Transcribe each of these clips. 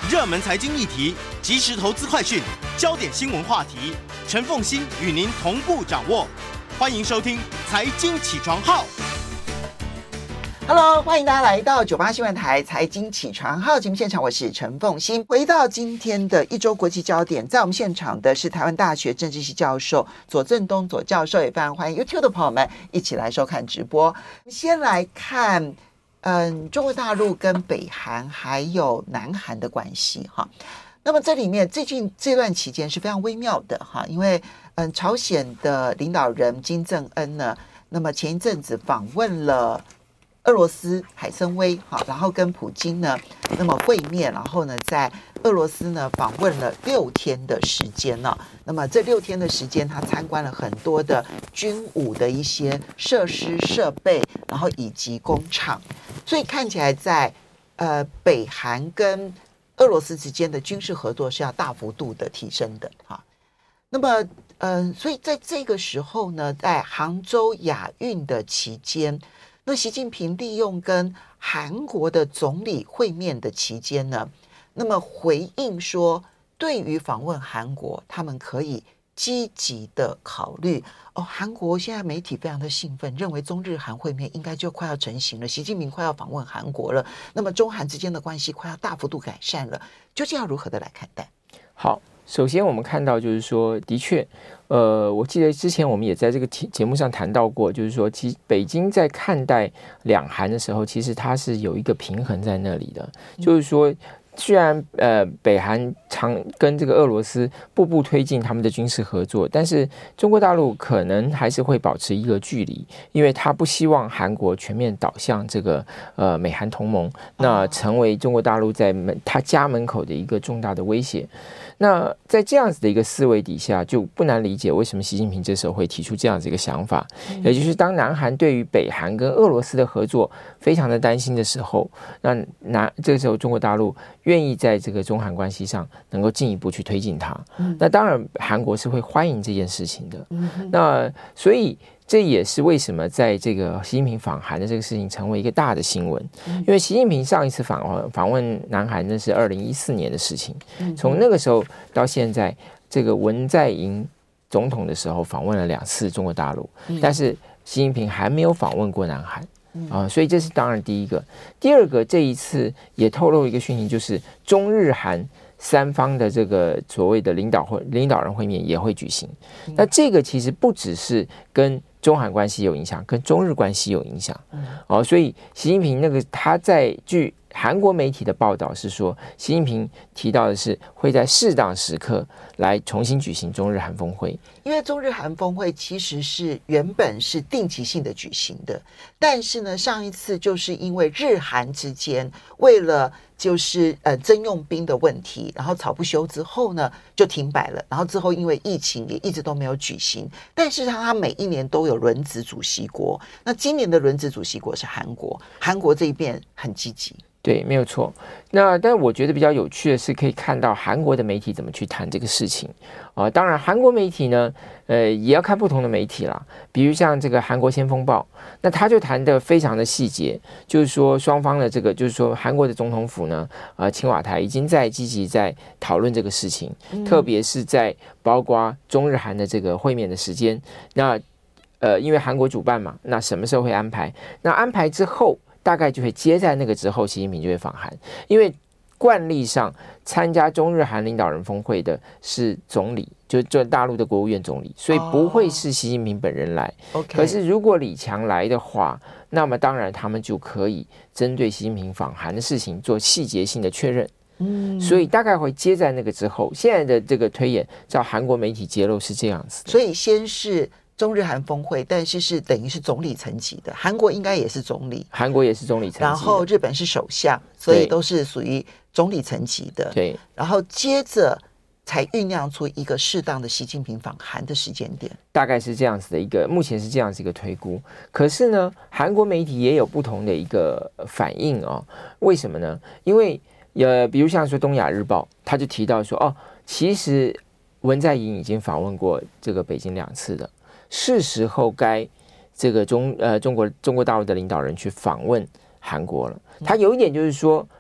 热门财经议题、即时投资快讯、焦点新闻话题，陈凤馨与您同步掌握。欢迎收听《财经起床号》。 Hello， 欢迎大家来到98新闻台财经起床号节目现场，我是陈凤馨。回到今天的一周国际焦点，在我们现场的是台湾大学政治系教授左正东左教授，也非常欢迎 YouTube 的朋友们一起来收看直播。先来看中国大陆跟北韩还有南韩的关系哈。那么这里面最近这段期间是非常微妙的哈，因为朝鲜的领导人金正恩呢，那么前一阵子访问了俄罗斯海参崴，好，然后跟普京呢那么会面，然后呢在俄罗斯呢访问了6天的时间呢。那么这6天的时间，他参观了很多的军武的一些设施设备，然后以及工厂，所以看起来在北韩跟俄罗斯之间的军事合作是要大幅度的提升的哈。那么所以在这个时候呢，在杭州亚运的期间，那习近平利用跟韩国的总理会面的期间呢，那么回应说，对于访问韩国，他们可以积极的考虑。韩国现在媒体非常的兴奋，认为中日韩会面应该就快要成型了，习近平快要访问韩国了，那么中韩之间的关系快要大幅度改善了，究竟要如何的来看待？ 好，首先我们看到就是说，的确，我记得之前我们也在这个节目上谈到过，就是说，其实北京在看待两韩的时候，其实它是有一个平衡在那里的，就是说，虽然北韩常跟这个俄罗斯步步推进他们的军事合作，但是中国大陆可能还是会保持一个距离，因为他不希望韩国全面倒向这个美韩同盟，那成为中国大陆在他家门口的一个重大的威胁。那在这样子的一个思维底下，就不难理解为什么习近平这时候会提出这样子一个想法，也就是当南韩对于北韩跟俄罗斯的合作非常的担心的时候，那这个时候中国大陆愿意在这个中韩关系上能够进一步去推进它，那当然韩国是会欢迎这件事情的。那所以这也是为什么在这个习近平访韩的这个事情成为一个大的新闻，因为习近平上一次访问南韩那是2014年的事情，从那个时候到现在，这个文在寅总统的时候访问了2次中国大陆，但是习近平还没有访问过南韩。所以这是当然第一个。第二个，这一次也透露一个讯息，就是中日韩三方的这个所谓的领导人会面也会举行。那这个其实不只是跟中韩关系有影响，跟中日关系有影响。所以习近平他在据韩国媒体的报道是说，习近平提到的是会在适当时刻来重新举行中日韩峰会。 因为中日韩峰会其实是原本是定期性的举行的，但是呢，上一次就是因为日韩之间为了就是征用兵的问题，然后草不休之后呢就停摆了，然后之后因为疫情也一直都没有举行。但是他每一年都有轮值主席国，那今年的轮值主席国是韩国，韩国这一边很积极。 对，没有错。但我觉得比较有趣的是，可以看到韩国的媒体怎么去谈这个事情当然，韩国媒体呢，也要看不同的媒体啦。比如像这个韩国先锋报，那他就谈得非常的细节，就是说双方的这个，就是说韩国的总统府呢，青瓦台已经在积极在讨论这个事情，特别是在包括中日韩的这个会面的时间。那因为韩国主办嘛，那什么时候会安排？那安排之后，大概就会接在那个之后，习近平就会访韩，因为惯例上参加中日韩领导人峰会的是总理，就大陆的国务院总理，所以不会是习近平本人来。可是如果李强来的话，那么当然他们就可以针对习近平访韩的事情做细节性的确认。所以大概会接在那个之后。现在的这个推演，照韩国媒体揭露是这样子的。 所以先是中日韩峰会，但是等于是总理层级的，韩国应该也是总理， 韩国也是总理层级的， 然后日本是首相，所以都是属于总理层级的。 对， 然后接着才酝酿出一个适当的习近平访韩的时间点， 大概是这样子的一个，目前是这样子一个推估。可是呢，韩国媒体也有不同的一个反应为什么呢？因为比如像说《东亚日报》，他就提到说其实文在寅已经访问过这个北京2次的。是时候该这个中国大陆的领导人去访问韩国了。他有一点就是说，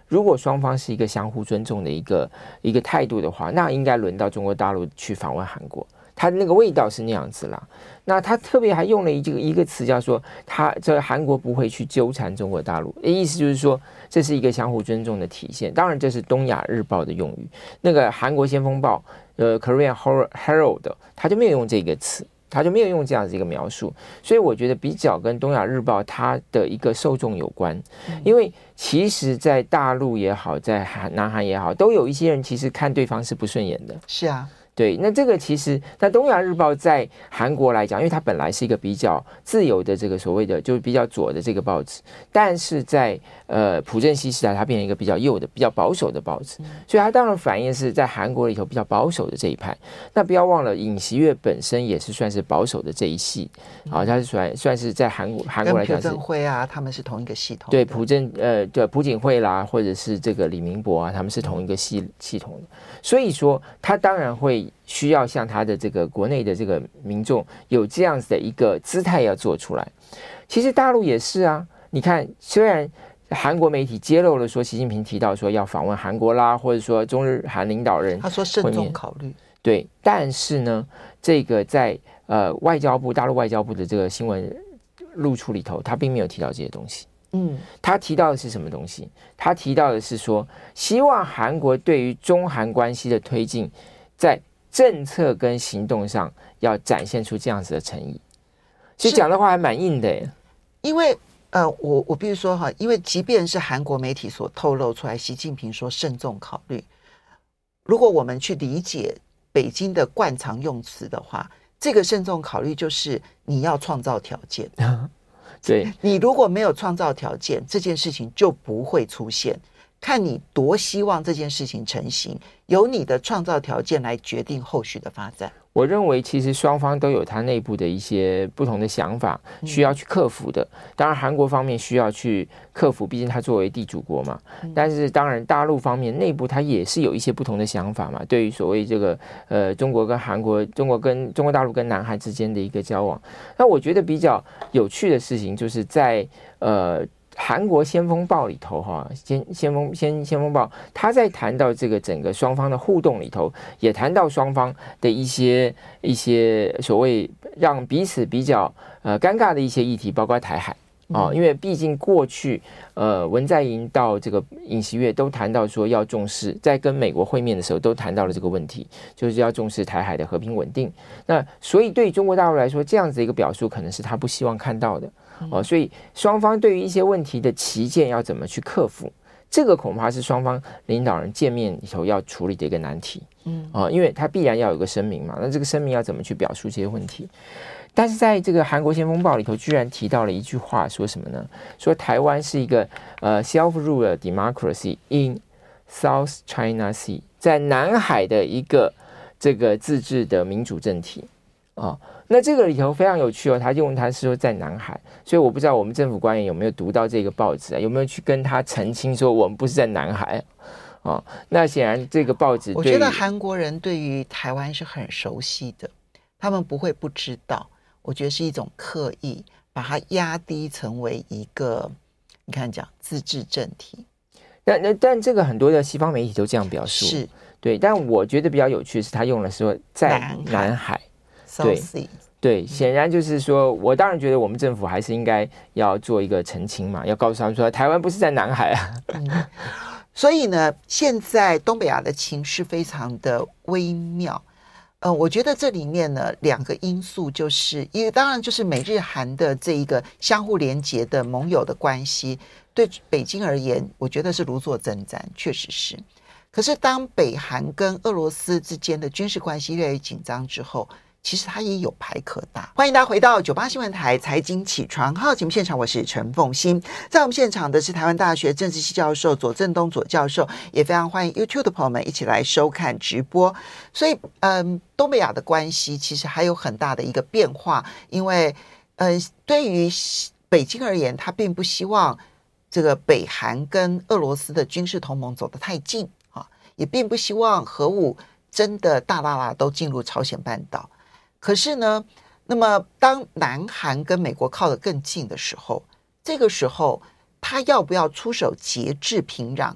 如果双方是一个相互尊重的一个态度的话，那应该轮到中国大陆去访问韩国。他的那个味道是那样子啦。那他特别还用了一个词，叫说这韩国不会去纠缠中国大陆，意思就是说这是一个相互尊重的体现。当然，这是东亚日报的用语，那个韩国先锋报Korean Herald 他就没有用这个词。他就没有用这样子一个描述，所以我觉得比较跟东亚日报它的一个受众有关，因为其实在大陆也好，在南韩也好，都有一些人其实看对方是不顺眼的。 是啊。 对，那这个其实，那东亚日报在韩国来讲，因为它本来是一个比较自由的这个所谓的就是比较左的这个报纸，但是在朴正熙时代，它变成一个比较右的、比较保守的报纸，所以它当然反映是在韩国里头比较保守的这一派。那不要忘了，尹锡悦本身也是算是保守的这一系，啊，他是算是在韩国来讲是跟朴正惠啊，他们是同一个系统。 对，朴槿惠啦，或者是这个李明博啊，他们是同一个系统的，所以说他当然会需要向他的这个国内的这个民众有这样子的一个姿态要做出来。其实大陆也是啊，你看，虽然韩国媒体揭露了说习近平提到说要访问韩国啦，或者说中日韩领导人， 他说慎重考虑。 对，但是呢，这个在大陆外交部的这个新闻露出里头，他并没有提到这些东西。他提到的是什么东西？他提到的是说，希望韩国对于中韩关系的推进，在政策跟行动上要展现出这样子的诚意。其实讲的话还蛮硬的耶。 因为我必须说哈，因为即便是韩国媒体所透露出来，习近平说慎重考虑，如果我们去理解北京的惯常用词的话，这个慎重考虑就是你要创造条件。 对， 你如果没有创造条件，这件事情就不会出现。看你多希望这件事情成型，由你的创造条件来决定后续的发展。 我认为其实双方都有他内部的一些不同的想法需要去克服的。当然韩国方面需要去克服，毕竟他作为地主国嘛。但是当然大陆方面内部他也是有一些不同的想法嘛，对于所谓这个中国跟韩国、中国大陆跟南韩之间的一个交往。那我觉得比较有趣的事情就是在韩国先锋报里头哈，先锋报，他在谈到这个整个双方的互动里头，也谈到双方的一些所谓让彼此比较尴尬的一些议题，包括台海因为毕竟过去文在寅到这个尹锡悦都谈到说要重视，在跟美国会面的时候都谈到了这个问题，就是要重视台海的和平稳定。那所以对于中国大陆来说，这样子的一个表述可能是他不希望看到的。所以双方对于一些问题的歧见要怎么去克服，这个恐怕是双方领导人见面里头要处理的一个难题。因为他必然要有个声明嘛，那这个声明要怎么去表述这些问题？但是在这个韩国先锋报里头，居然提到了一句话，说什么呢？说台湾是一个self-rule democracy in South China Sea， 在南海的一个这个自治的民主政体那这个里头非常有趣他是说在南海，所以我不知道我们政府官员有没有读到这个报纸有没有去跟他澄清说我们不是在南海那显然这个报纸， 我觉得韩国人对于台湾是很熟悉的，他们不会不知道，我觉得是一种刻意把它压低成为一个你看讲自治政体。 但这个很多的西方媒体都这样表述， 是对，但我觉得比较有趣的是他用了说在南海对，显然就是说，我当然觉得我们政府还是应该要做一个澄清嘛，要告诉他们说，台湾不是在南海所以呢，现在东北亚的情势非常的微妙。我觉得这里面呢，两个因素就是一个，当然就是美日韩的这一个相互连结的盟友的关系，对北京而言，我觉得是如坐针毡，确实是。可是当北韩跟俄罗斯之间的军事关系越来越紧张之后，其实它也有牌可打。欢迎大家回到98新闻台财经起床号节目现场，我是陈凤馨。在我们现场的是台湾大学政治系教授左正东左教授，也非常欢迎 YouTube 的朋友们一起来收看直播。所以东北亚的关系其实还有很大的一个变化，因为对于北京而言，他并不希望这个北韩跟俄罗斯的军事同盟走得太近也并不希望核武真的大大大都进入朝鲜半岛。可是呢，那么当南韩跟美国靠得更近的时候，这个时候他要不要出手节制平壤，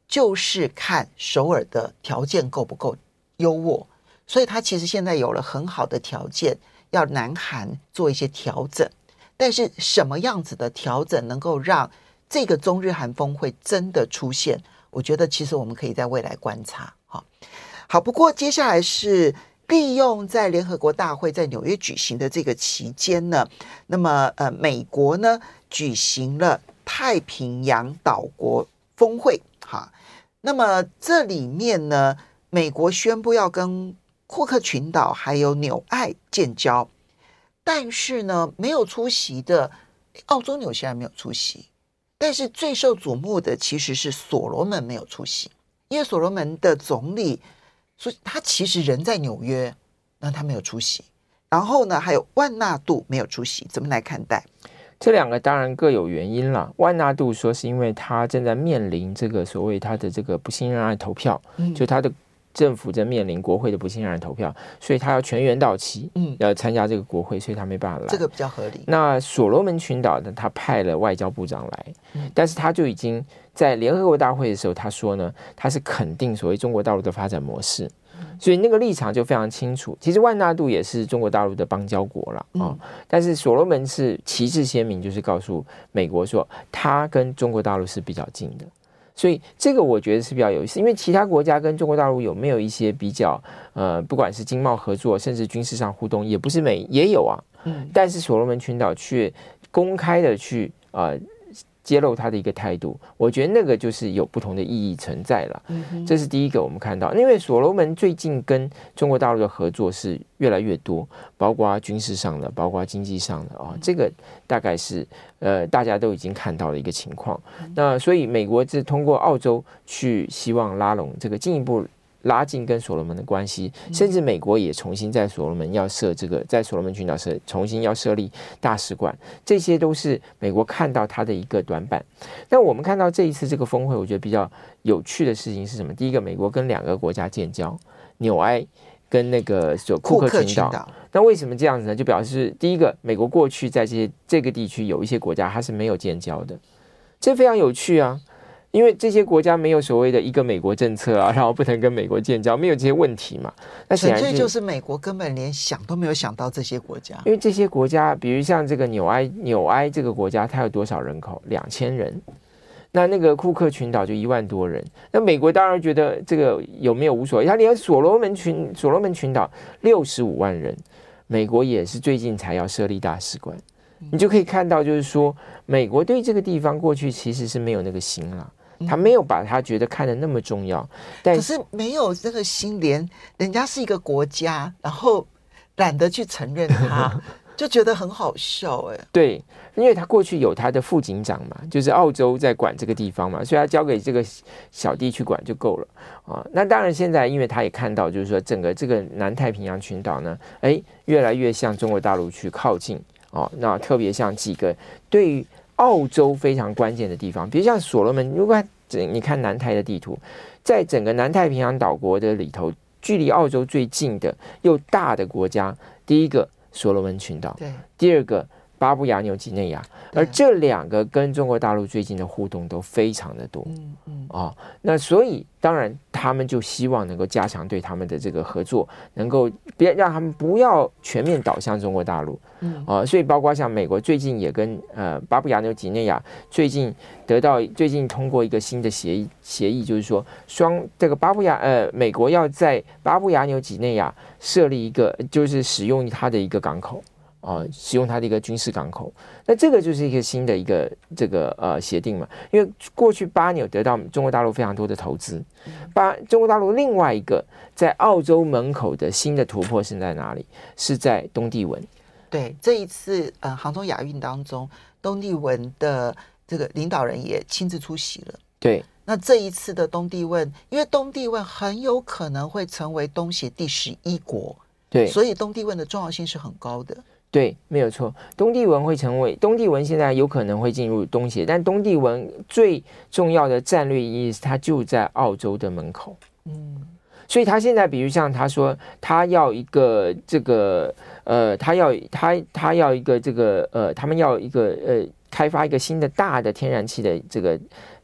就是看首尔的条件够不够优渥，所以他其实现在有了很好的条件，要南韩做一些调整。但是什么样子的调整能够让这个中日韩峰会真的出现？我觉得其实我们可以在未来观察。好，不过接下来是利用在联合国大会在纽约举行的这个期间呢，那么美国呢举行了太平洋岛国峰会。好，那么这里面呢，美国宣布要跟库克群岛还有纽爱建交，但是呢没有出席的澳洲纽西兰没有出席，但是最受瞩目的其实是所罗门没有出席，因为所罗门的总理所以他其实人在纽约，那他没有出席。然后呢，还有万纳度没有出席，怎么来看待？ 这两个当然各有原因啦。万纳度说是因为他正在面临这个所谓他的这个不信任案投票，就他的政府正面临国会的不信任案投票，所以他要全员到齐，要参加这个国会，所以他没办法来。 这个比较合理。 那所罗门群岛呢，他派了外交部长来，但是他就已经在联合国大会的时候，他说呢，他是肯定所谓中国大陆的发展模式，所以那个立场就非常清楚。其实万纳度也是中国大陆的邦交国了但是所罗门是旗帜鲜明，就是告诉美国说，他跟中国大陆是比较近的。所以这个我觉得是比较有意思，因为其他国家跟中国大陆有没有一些比较不管是经贸合作，甚至军事上互动，也不是也有啊。但是所罗门群岛却公开的去揭露他的一个态度，我觉得那个就是有不同的意义存在了。这是第一个我们看到，因为所罗门最近跟中国大陆的合作是越来越多，包括军事上的，包括经济上的这个大概是大家都已经看到的一个情况。那所以美国是通过澳洲去希望拉拢这个进一步拉近跟所罗门的关系，甚至美国也重新在所罗门要设这个在所罗门群岛重新要设立大使馆，这些都是美国看到它的一个短板。那我们看到这一次这个峰会，我觉得比较有趣的事情是什么？第一个，美国跟2个国家建交，纽埃跟那个库克群岛。那为什么这样子呢？就表示第一个，美国过去在这个地区有一些国家它是没有建交的，这非常有趣啊。因为这些国家没有所谓的一个美国政策然后不能跟美国建交，没有这些问题嘛。那显然纯粹就是美国根本连想都没有想到这些国家， 因为这些国家，比如像这个纽埃这个国家，它有多少人口？2000人。那个库克群岛就1万多人。那美国当然觉得这个有没有无所谓，它连所罗门群岛65万人，美国也是最近才要设立大使馆。你就可以看到，就是说美国对这个地方过去其实是没有那个心啦。他没有把他觉得看得那么重要， 可是没有这个心，连人家是一个国家，然后懒得去承认他，就觉得很好笑对，因为他过去有他的副警长嘛，就是澳洲在管这个地方嘛，所以他交给这个小弟去管就够了那当然现在因为他也看到，就是说整个这个南太平洋群岛呢，越来越向中国大陆去靠近那特别像几个对于澳洲非常关键的地方，比如像所罗门，如果你看南太的地图，在整个南太平洋岛国的里头，距离澳洲最近的又大的国家，第一个所罗门群岛，第二个巴布亚纽几内亚，而这2个跟中国大陆最近的互动都非常的多那所以当然他们就希望能够加强对他们的这个合作，能够让他们不要全面倒向中国大陆所以包括像美国最近也跟巴布亚纽几内亚最近通过一个新的协议，就是说这个美国要在巴布亚纽几内亚设立一个，就是使用它的一个港口使用它的一个军事港口。那这个就是一个新的一个这个协定嘛，因为过去巴纽得到中国大陆非常多的投资，中国大陆另外一个在澳洲门口的新的突破是在哪里？是在东帝汶。 对，这一次杭州亚运当中，东帝汶的这个领导人也亲自出席了。 对， 那这一次的东帝汶，因为东帝汶很有可能会成为东协第11国， 对， 所以东帝汶的重要性是很高的。 对，没有错。东帝汶现在有可能会进入东协，但东帝汶最重要的战略意义是它就在澳洲的门口。所以他现在比如像他说他要一个这个他要一个这个他们要一个开发一个新的大的天然气的这个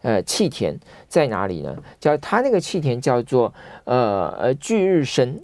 气田在哪里呢？它那个气田叫做巨日升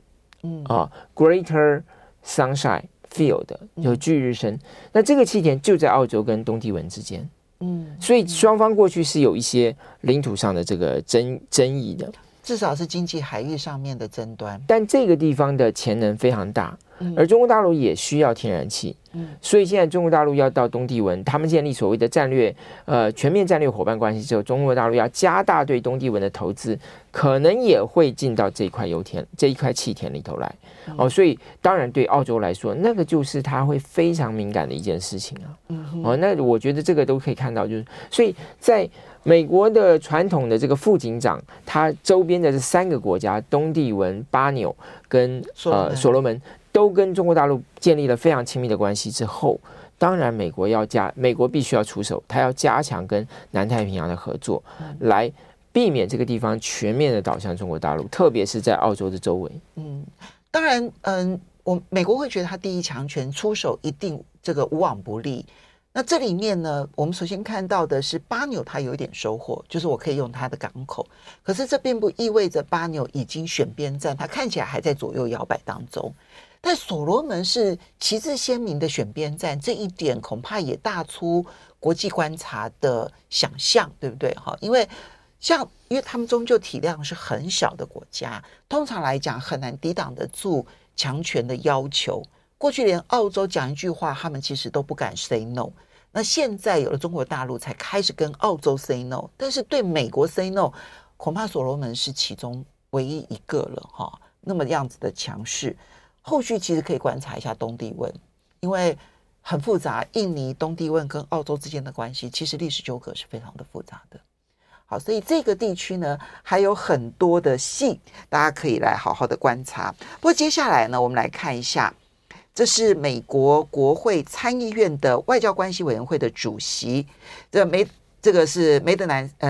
，Greater Sunshine Field 有巨日升。那这个气田就在澳洲跟东帝汶之间，所以双方过去是有一些领土上的这个争议的， 至少是经济海域上面的争端。 但这个地方的潜能非常大，而中国大陆也需要天然气，所以现在中国大陆要到东帝汶，他们建立所谓的全面战略伙伴关系之后，中国大陆要加大对东帝汶的投资，可能也会进到这一块气田里头来。所以当然对澳洲来说，那个就是它会非常敏感的一件事情啊。那我觉得这个都可以看到，就是所以在美国的传统的这个副警长，他周边的这3个国家，东帝汶、巴纽跟所罗门，都跟中国大陆建立了非常亲密的关系之后，当然美国必须要出手，他要加强跟南太平洋的合作，来避免这个地方全面的倒向中国大陆，特别是在澳洲的周围。 当然，美国会觉得他第一强权出手一定这个无往不利。那这里面呢，我们首先看到的是巴纽它有一点收获，就是我可以用它的港口，可是这并不意味着巴纽已经选边站，它看起来还在左右摇摆当中。但所罗门是旗帜鲜明的选边站，这一点恐怕也大出国际观察的想象，对不对？因为他们终究体量是很小的国家，通常来讲很难抵挡得住强权的要求。过去连澳洲讲一句话，他们其实都不敢 say no。那现在有了中国大陆，才开始跟澳洲 say no， 但是对美国 say no， 恐怕所罗门是其中唯一一个了那么样子的强势。后续其实可以观察一下东帝汶，因为很复杂，印尼、东帝汶跟澳洲之间的关系，其实历史纠葛是非常的复杂的。好，所以这个地区呢还有很多的戏，大家可以来好好的观察。不过接下来呢，我们来看一下，这是美国国会参议院的外交关系委员会的主席，这个是梅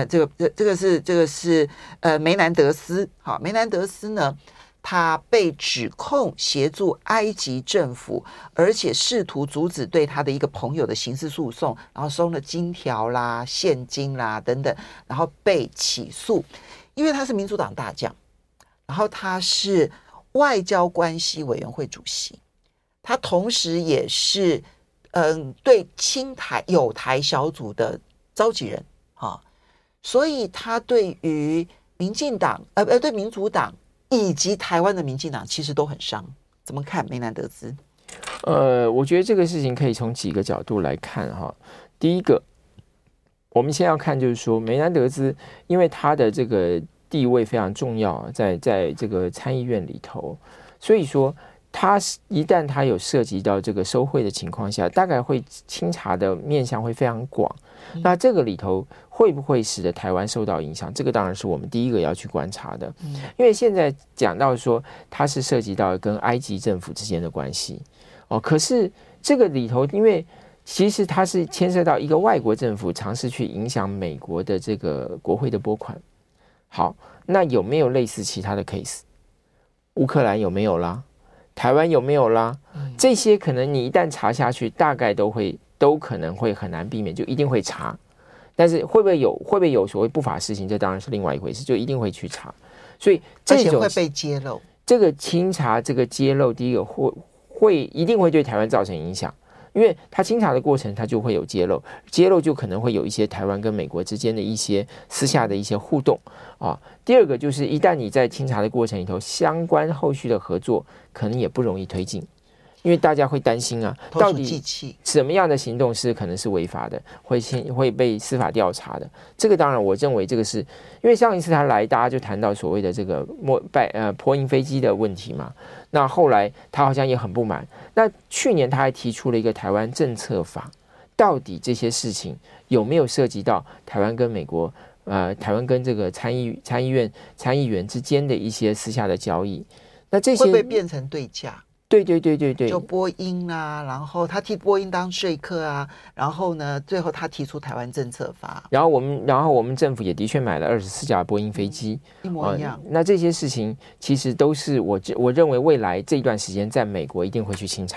南德斯。好，梅南德斯呢，他被指控协助埃及政府，而且试图阻止对他的一个朋友的刑事诉讼，然后收了金条啦、现金啦等等，然后被起诉。因为他是民主党大将，然后他是外交关系委员会主席，他同时也是对亲台友台小组的召集人所以他对于民进党对民主党以及台湾的民进党其实都很伤。怎么看梅南德兹？ 我觉得这个事情可以从几个角度来看第一个，我们先要看就是说梅南德兹，因为他的这个地位非常重要，在这个参议院里头，所以说一旦他有涉及到这个收贿的情况下，大概会清查的面向会非常广。那这个里头会不会使得台湾受到影响？这个当然是我们第一个要去观察的。因为现在讲到说它是涉及到跟埃及政府之间的关系可是这个里头，因为其实它是牵涉到一个外国政府尝试去影响美国的这个国会的拨款。好，那有没有类似其他的 case？ 乌克兰有没有啦？台湾有没有啦？这些可能你一旦查下去，大概都可能会很难避免，就一定会查。但是会不会有所谓不法事情，这当然是另外一回事，就一定会去查。所以这种而且会被揭露， 这个清查这个揭露，第一个一定会对台湾造成影响。因为它清查的过程，它就会有揭露就可能会有一些台湾跟美国之间的一些私下的一些互动第二个就是一旦你在清查的过程里头，相关后续的合作可能也不容易推进，因为大家会担心到底什么样的行动是可能是违法的，会被司法调查的。这个当然我认为这个是因为上一次他来，大家就谈到所谓的这个波音飞机的问题嘛。那后来他好像也很不满。那去年他还提出了一个台湾政策法，到底这些事情有没有涉及到台湾跟美国台湾跟这个参议员之间的一些私下的交易？那这些会不会变成对价？ 对， 就波音然后他替波音当说客然后呢，最后他提出台湾政策法， 然后我们政府也的确买了24架波音飞机， 一模一样。 那这些事情其实都是我认为未来这一段时间在美国一定会去清查，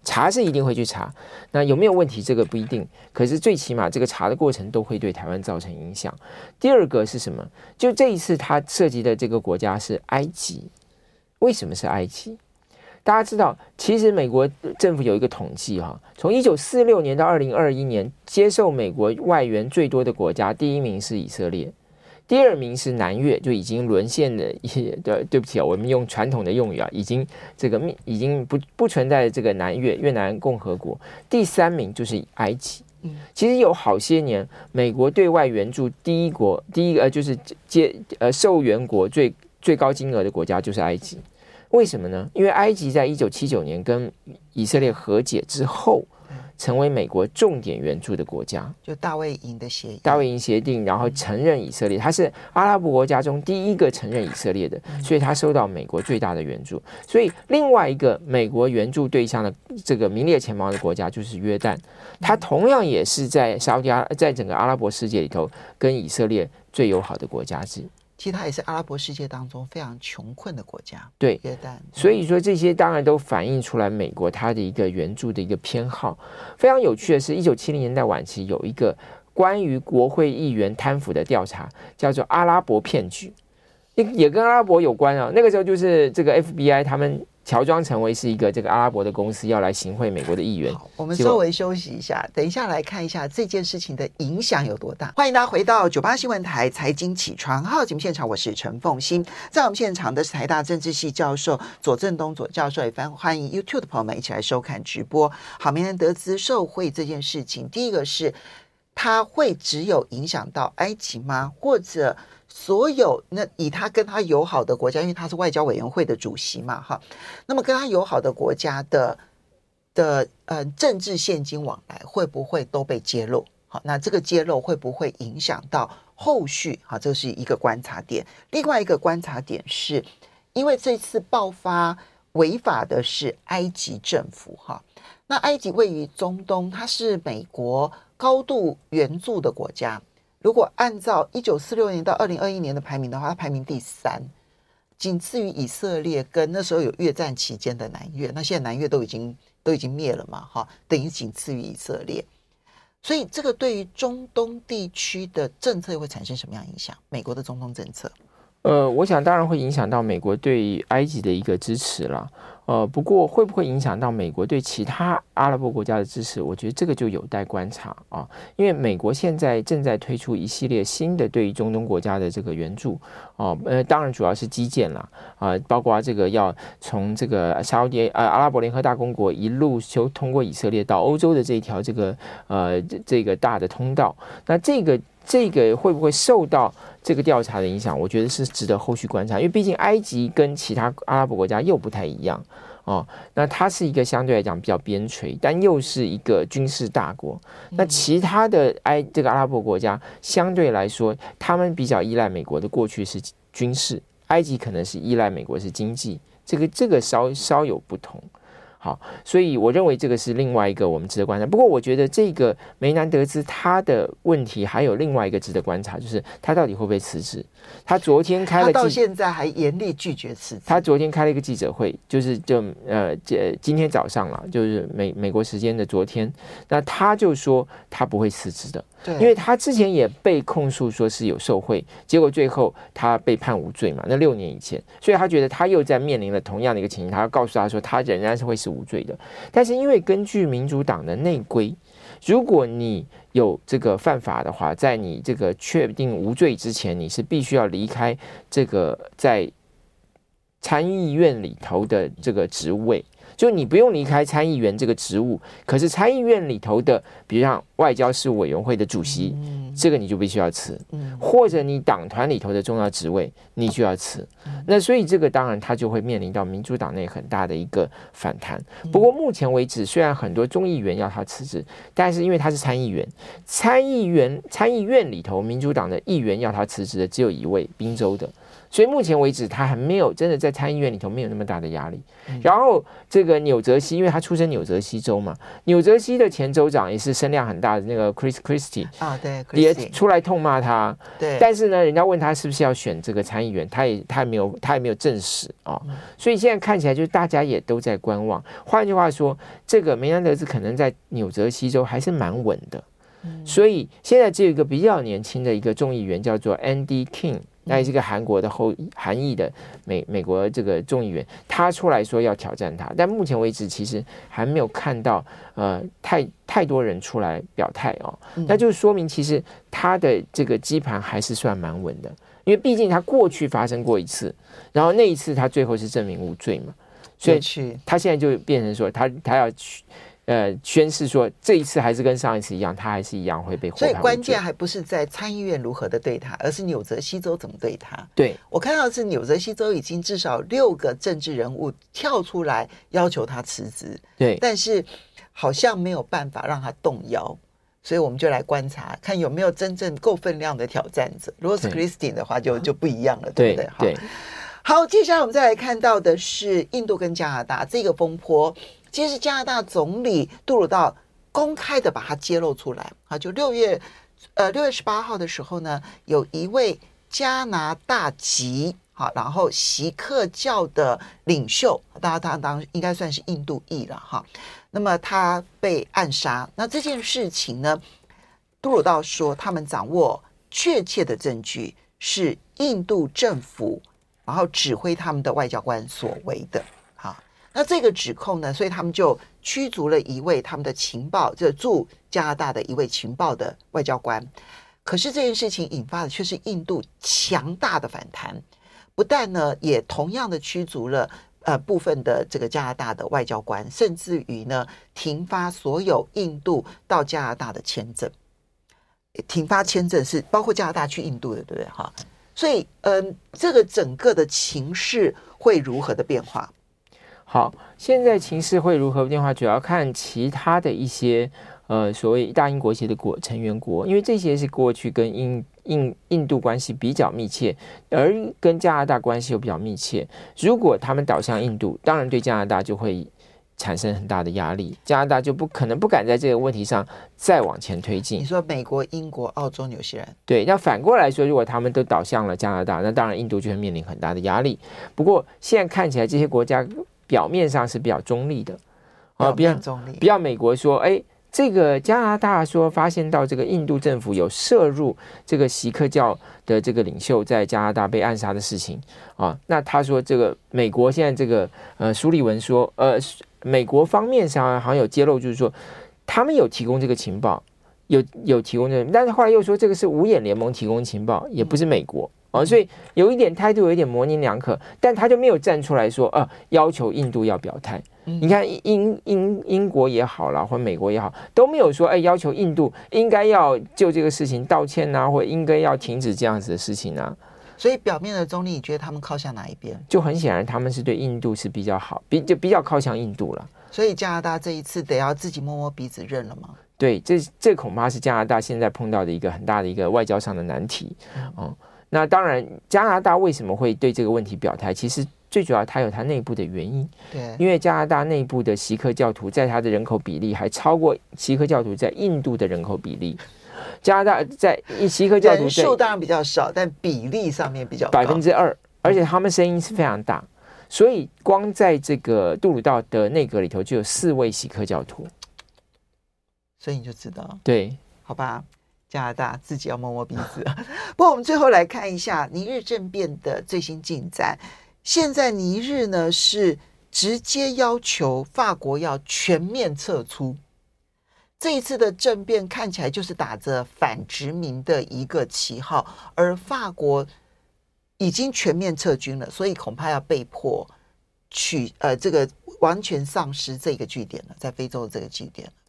查是一定会去查，那有没有问题这个不一定，可是最起码这个查的过程都会对台湾造成影响。第二个是什么？就这一次他涉及的这个国家是埃及，为什么是埃及？大家知道，其实美国政府有一个统计哈，从1946年到2021年，接受美国外援最多的国家，第一名是以色列。第二名是南越，就已经沦陷的，对不起啊，我们用传统的用语啊，已经不存在的这个越南共和国。第三名就是埃及。其实有好些年，美国对外援助第一个就是受援国最高金额的国家就是埃及。为什么呢？因为埃及在1979年跟以色列和解之后，成为美国重点援助的国家， 就大卫营的协议， 大卫营协定，然后承认以色列，它是阿拉伯国家中第一个承认以色列的，所以它收到美国最大的援助。所以另外一个美国援助对象的这个名列前茅的国家就是约旦，它同样也是在整个阿拉伯世界里头跟以色列最友好的国家之一。 其实它也是阿拉伯世界当中非常穷困的国家， 对， 约旦。 所以说这些当然都反映出来美国它的一个援助的一个偏好。非常有趣的是，1970年代晚期有一个关于国会议员贪腐的调查，叫做阿拉伯骗局，也跟阿拉伯有关啊。那个时候就是这个 FBI 他们乔装成为是一个这个阿拉伯的公司要来行贿美国的议员。 好，我们稍微休息一下，等一下来看一下这件事情的影响有多大。欢迎大家回到98新闻台财经起床号节目现场，我是陈凤馨。在我们现场的是台大政治系教授左正东左教授，也欢迎 YouTube 的朋友们一起来收看直播。好，梅兰德兹受贿这件事情，第一个是它会只有影响到埃及吗？或者所有以他跟他友好的国家，因为他是外交委员会的主席嘛，哈，那么跟他友好的国家的政治现金往来会不会都被揭露？好，那这个揭露会不会影响到后续？好，这是一个观察点。另外一个观察点是，因为这次爆发违法的是埃及政府，哈，那埃及位于中东，它是美国高度援助的国家。如果按照1946年到2021年的排名的话，它排名第3，仅次于以色列跟那时候有越战期间的南越。那现在南越都已经灭了嘛，哈，等于仅次于以色列。所以这个对于中东地区的政策会产生什么样影响？美国的中东政策？ 我想当然会影响到美国对埃及的一个支持啦。不过会不会影响到美国对其他阿拉伯国家的支持？我觉得这个就有待观察啊。因为美国现在正在推出一系列新的对于中东国家的这个援助当然主要是基建啦包括这个要从这个阿拉伯联合大公国一路通过以色列到欧洲的这一条这个大的通道。那这个会不会受到这个调查的影响？我觉得是值得后续观察，因为毕竟埃及跟其他阿拉伯国家又不太一样那它是一个相对来讲比较边陲，但又是一个军事大国。那其他的这个阿拉伯国家相对来说，他们比较依赖美国的过去是军事，埃及可能是依赖美国是经济，这个稍有不同。好，所以我认为这个是另外一个我们值得观察。不过我觉得这个梅南德兹他的问题还有另外一个值得观察，就是他到底会不会辞职。他昨天他到现在还严厉拒绝辞职。 他昨天开了一个记者会，今天早上了，就是美国时间的昨天，那他就说他不会辞职的。因为他之前也被控诉说是有受贿，结果最后他被判无罪嘛，那6年以前，所以他觉得他又在面临了同样的一个情形，他要告诉他说他仍然是会是无罪的。但是因为根据民主党的内规，如果你有这个犯法的话，在你这个确定无罪之前，你是必须要离开这个在参议院里头的这个职位。就你不用离开参议员这个职务，可是参议院里头的，比如像外交事务委员会的主席，这个你就必须要辞，或者你党团里头的重要职位，你就要辞。那所以这个当然他就会面临到民主党内很大的一个反弹。不过目前为止，虽然很多众议员要他辞职，但是因为他是参议员，参议院里头民主党的议员要他辞职的只有一位，宾州的。 所以目前为止，他还没有真的在参议院里头没有那么大的压力。然后这个纽泽西，因为他出身纽泽西州嘛，纽泽西的前州长也是声量很大的那个 Chris Christie 啊，对， 也出来痛骂他。 对， 但是呢，人家问他是不是要选这个参议员，他也没有证实啊。所以现在看起来就是大家也都在观望。换句话说，这个梅南德兹可能在纽泽西州还是蛮稳的。所以现在只有一个比较年轻的一个众议员叫做 Andy King。那也是个韩国的韩裔的美国这个众议员，他出来说要挑战他，但目前为止其实还没有看到太多人出来表态哦，那就说明其实他的这个基盘还是算蛮稳的，因为毕竟他过去发生过一次，然后那一次他最后是证明无罪嘛，所以他现在就变成说他要宣示说这一次还是跟上一次一样，他还是一样会被获判无罪。 所以关键还不是在参议院如何的对他，而是纽泽西州怎么对他。 对， 我看到的是纽泽西州已经至少6个政治人物跳出来要求他辞职， 对， 但是好像没有办法让他动摇，所以我们就来观察看有没有真正够分量的挑战者。如果是 Christine 的话就不一样了，对不对？ 对。 好，接下来我们再来看到的是印度跟加拿大这个风波。其实加拿大总理杜鲁道公开的把它揭露出来啊，就6月18号的时候呢，有一位加拿大籍好，然后锡克教的领袖，他当应该算是印度裔了哈。那么他被暗杀，那这件事情呢，杜鲁道说他们掌握确切的证据，是印度政府然后指挥他们的外交官所为的。那这个指控呢，所以他们就驱逐了一位他们的情报，这驻加拿大的一位情报的外交官。可是这件事情引发的却是印度强大的反弹，不但呢也同样的驱逐了部分的这个加拿大的外交官，甚至于呢停发所有印度到加拿大的签证。停发签证是包括加拿大去印度的，对不对哈？所以这个整个的情势会如何的变化？ 好，现在情势会如何变化，主要看其他的一些所谓大英国协的成员国，因为这些是过去跟印度关系比较密切，而跟加拿大关系又比较密切。如果他们倒向印度，当然对加拿大就会产生很大的压力，加拿大就可能不敢在这个问题上再往前推进。 你说美国、英国、澳洲、纽西兰，对， 那反过来说，如果他们都倒向了加拿大，那当然印度就会面临很大的压力。不过现在看起来这些国家表面上是比较中立的，比较美国说，这个加拿大说发现到这个印度政府有涉入这个锡克教的这个领袖在加拿大被暗杀的事情啊，那他说这个美国现在这个苏利文说，美国方面上好像有揭露，就是说他们有提供这个情报，有提供这个，但是后来又说这个是五眼联盟提供情报，也不是美国。所以有一点态度有一点模棱两可，但他就没有站出来说要求印度要表态。你看英国也好啦，或美国也好，都没有说要求印度应该要就这个事情道歉啊，或应该要停止这样子的事情啊。 所以表面的中立，你觉得他们靠向哪一边？ 就很显然他们是对印度是比较好，就比较靠向印度了。 所以加拿大这一次得要自己摸摸鼻子认了吗？ 对，这恐怕是加拿大现在碰到的一个很大的一个外交上的难题。那当然加拿大为什么会对这个问题表态，其实最主要它有它内部的原因。 对， 因为加拿大内部的锡克教徒在它的人口比例还超过锡克教徒在印度的人口比例。加拿大在锡克教徒人数当然比较少，但比例上面比较高 2%，而且他们声音是非常大，所以光在这个杜鲁道的内阁里头就有4位锡克教徒， 所以你就知道， 对， 好吧，加拿大自己要摸摸鼻子。不过我们最后来看一下尼日政变的最新进展。现在尼日呢是直接要求法国要全面撤出。这一次的政变看起来就是打着反殖民的一个旗号，而法国已经全面撤军了，所以恐怕要被迫这个完全丧失这个据点了，在非洲的这个据点。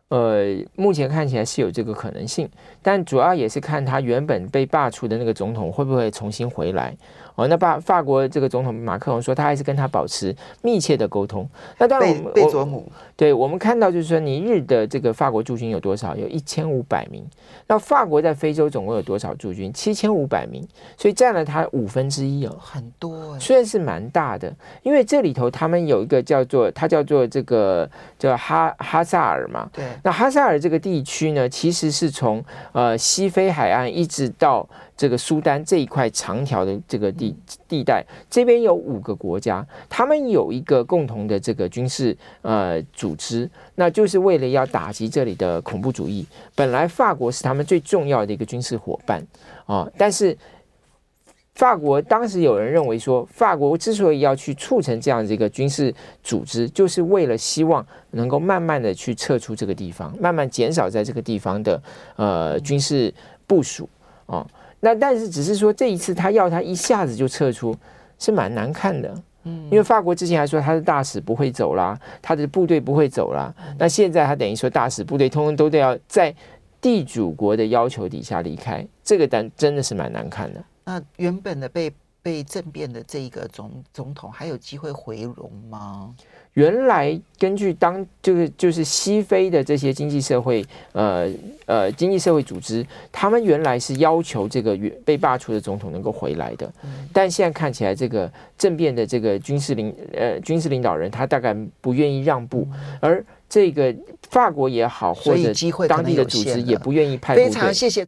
目前看起来是有这个可能性，但主要也是看他原本被罢黜的那个总统会不会重新回来。那法国这个总统马克龙说，他还是跟他保持密切的沟通。那当然贝佐姆， 对我们看到就是说，尼日的这个法国驻军有多少？有1500名。那法国在非洲总共有多少驻军？7500名，所以占了他1/5哦， 很多， 虽然是蛮大的。因为这里头他们有一个叫做这个叫哈萨尔嘛， 对。 那哈萨尔这个地区呢，其实是从西非海岸一直到这个苏丹这一块长条的这个地带，这边有5个国家，他们有一个共同的这个军事组织，那就是为了要打击这里的恐怖主义。本来法国是他们最重要的一个军事伙伴但是法国当时有人认为说，法国之所以要去促成这样的一个军事组织，就是为了希望能够慢慢的去撤出这个地方，慢慢减少在这个地方的军事部署那但是只是说这一次他一下子就撤出，是蛮难看的。因为法国之前还说他的大使不会走啦，他的部队不会走啦，那现在他等于说大使部队通通都得要在地主国的要求底下离开，这个真的是蛮难看的。 那原本的被政变的这一个总统还有机会回笼吗？ 原来根据就是西非的这些经济社会组织，他们原来是要求这个被罢黜的总统能够回来的，但现在看起来这个政变的这个军事领导人他大概不愿意让步，而这个法国也好或者当地的组织也不愿意派部队。 非常谢谢。